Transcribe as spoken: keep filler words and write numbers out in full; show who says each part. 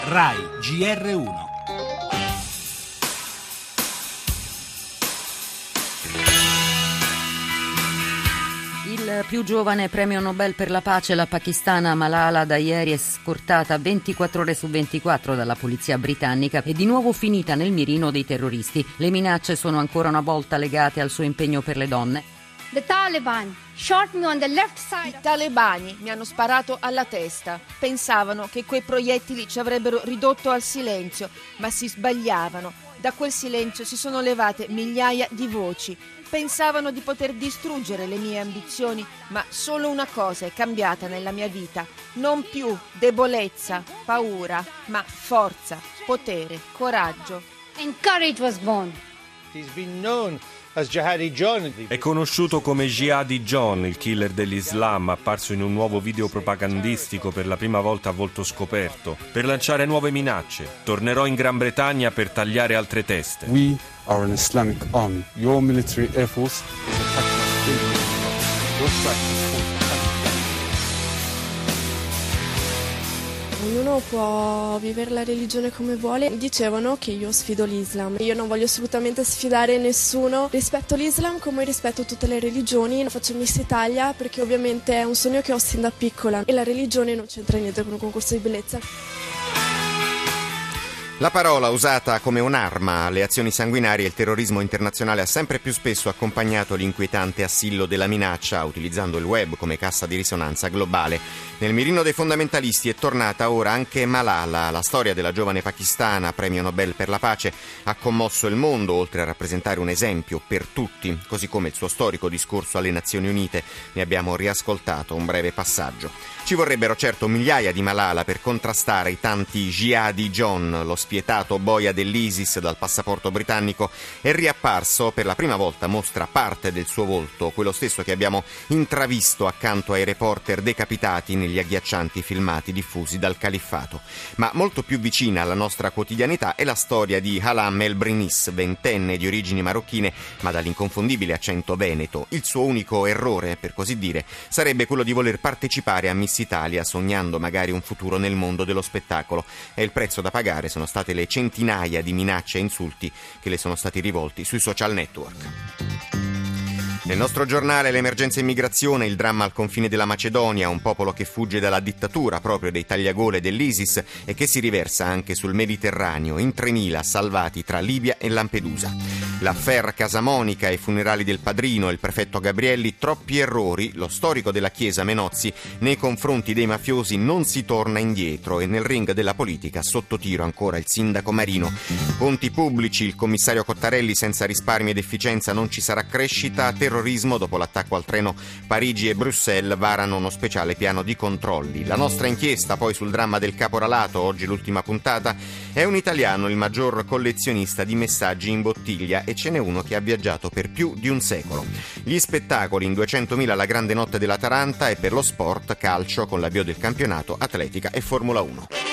Speaker 1: Rai G R uno.
Speaker 2: Il più giovane premio Nobel per la pace, la pakistana Malala, da ieri è scortata ventiquattro ore su ventiquattro dalla polizia britannica e di nuovo finita nel mirino dei terroristi. Le minacce sono ancora una volta legate al suo impegno per le donne.
Speaker 3: The Taliban shot me on the left side.
Speaker 4: I talebani mi hanno sparato alla testa. Pensavano che quei proiettili ci avrebbero ridotto al silenzio, ma si sbagliavano. Da quel silenzio si sono levate migliaia di voci. Pensavano di poter distruggere le mie ambizioni, ma solo una cosa è cambiata nella mia vita. Non più debolezza, paura, ma forza, potere, coraggio.
Speaker 3: And courage was born.
Speaker 5: He's been known as Jihadi John.
Speaker 6: È conosciuto come Jihadi John, il killer dell'Islam, apparso in un nuovo video propagandistico per la prima volta a volto scoperto, per lanciare nuove minacce. Tornerò in Gran Bretagna per tagliare altre teste.
Speaker 7: We are an Islamic army. Your military air force is attacking us freely. Your strike is forced.
Speaker 8: Ognuno può vivere la religione come vuole. Dicevano che io sfido l'Islam. Io non voglio assolutamente sfidare nessuno. Rispetto l'Islam come rispetto tutte le religioni. Faccio Miss Italia perché ovviamente è un sogno che ho sin da piccola e la religione non c'entra niente con un concorso di bellezza.
Speaker 9: La parola usata come un'arma alle azioni sanguinarie e il terrorismo internazionale ha sempre più spesso accompagnato l'inquietante assillo della minaccia, utilizzando il web come cassa di risonanza globale. Nel mirino dei fondamentalisti è tornata ora anche Malala. La storia della giovane pakistana, premio Nobel per la pace, ha commosso il mondo, oltre a rappresentare un esempio per tutti, così come il suo storico discorso alle Nazioni Unite. Ne abbiamo riascoltato un breve passaggio. Ci vorrebbero certo migliaia di Malala per contrastare i tanti Jihadi John. Lo spietato boia dell'ISIS dal passaporto britannico è riapparso, per la prima volta mostra parte del suo volto, quello stesso che abbiamo intravisto accanto ai reporter decapitati negli agghiaccianti filmati diffusi dal califfato. Ma molto più vicina alla nostra quotidianità è la storia di Halam El Brinis, ventenne di origini marocchine ma dall'inconfondibile accento veneto. Il suo unico errore, per così dire, sarebbe quello di voler partecipare a Miss Italia, sognando magari un futuro nel mondo dello spettacolo, e il prezzo da pagare sono state le centinaia di minacce e insulti che le sono stati rivolti sui social network. Nel nostro giornale l'emergenza immigrazione, il dramma al confine della Macedonia, un popolo che fugge dalla dittatura proprio dei tagliagole dell'ISIS e che si riversa anche sul Mediterraneo, in tremila salvati tra Libia e Lampedusa. L'affaire Casamonica, i funerali del padrino, il prefetto Gabrielli, troppi errori, lo storico della Chiesa Menozzi, nei confronti dei mafiosi non si torna indietro e nel ring della politica sotto tiro ancora il sindaco Marino. Conti pubblici, il commissario Cottarelli, senza risparmi ed efficienza non ci sarà crescita. Terrorismo, dopo l'attacco al treno Parigi e Bruxelles varano uno speciale piano di controlli. La nostra inchiesta poi sul dramma del caporalato, oggi l'ultima puntata, è un italiano il maggior collezionista di messaggi in bottiglia e ce n'è uno che ha viaggiato per più di un secolo. Gli spettacoli in duecentomila la grande notte dell'Atalanta e per lo sport calcio con l'avvio del campionato, atletica e Formula uno.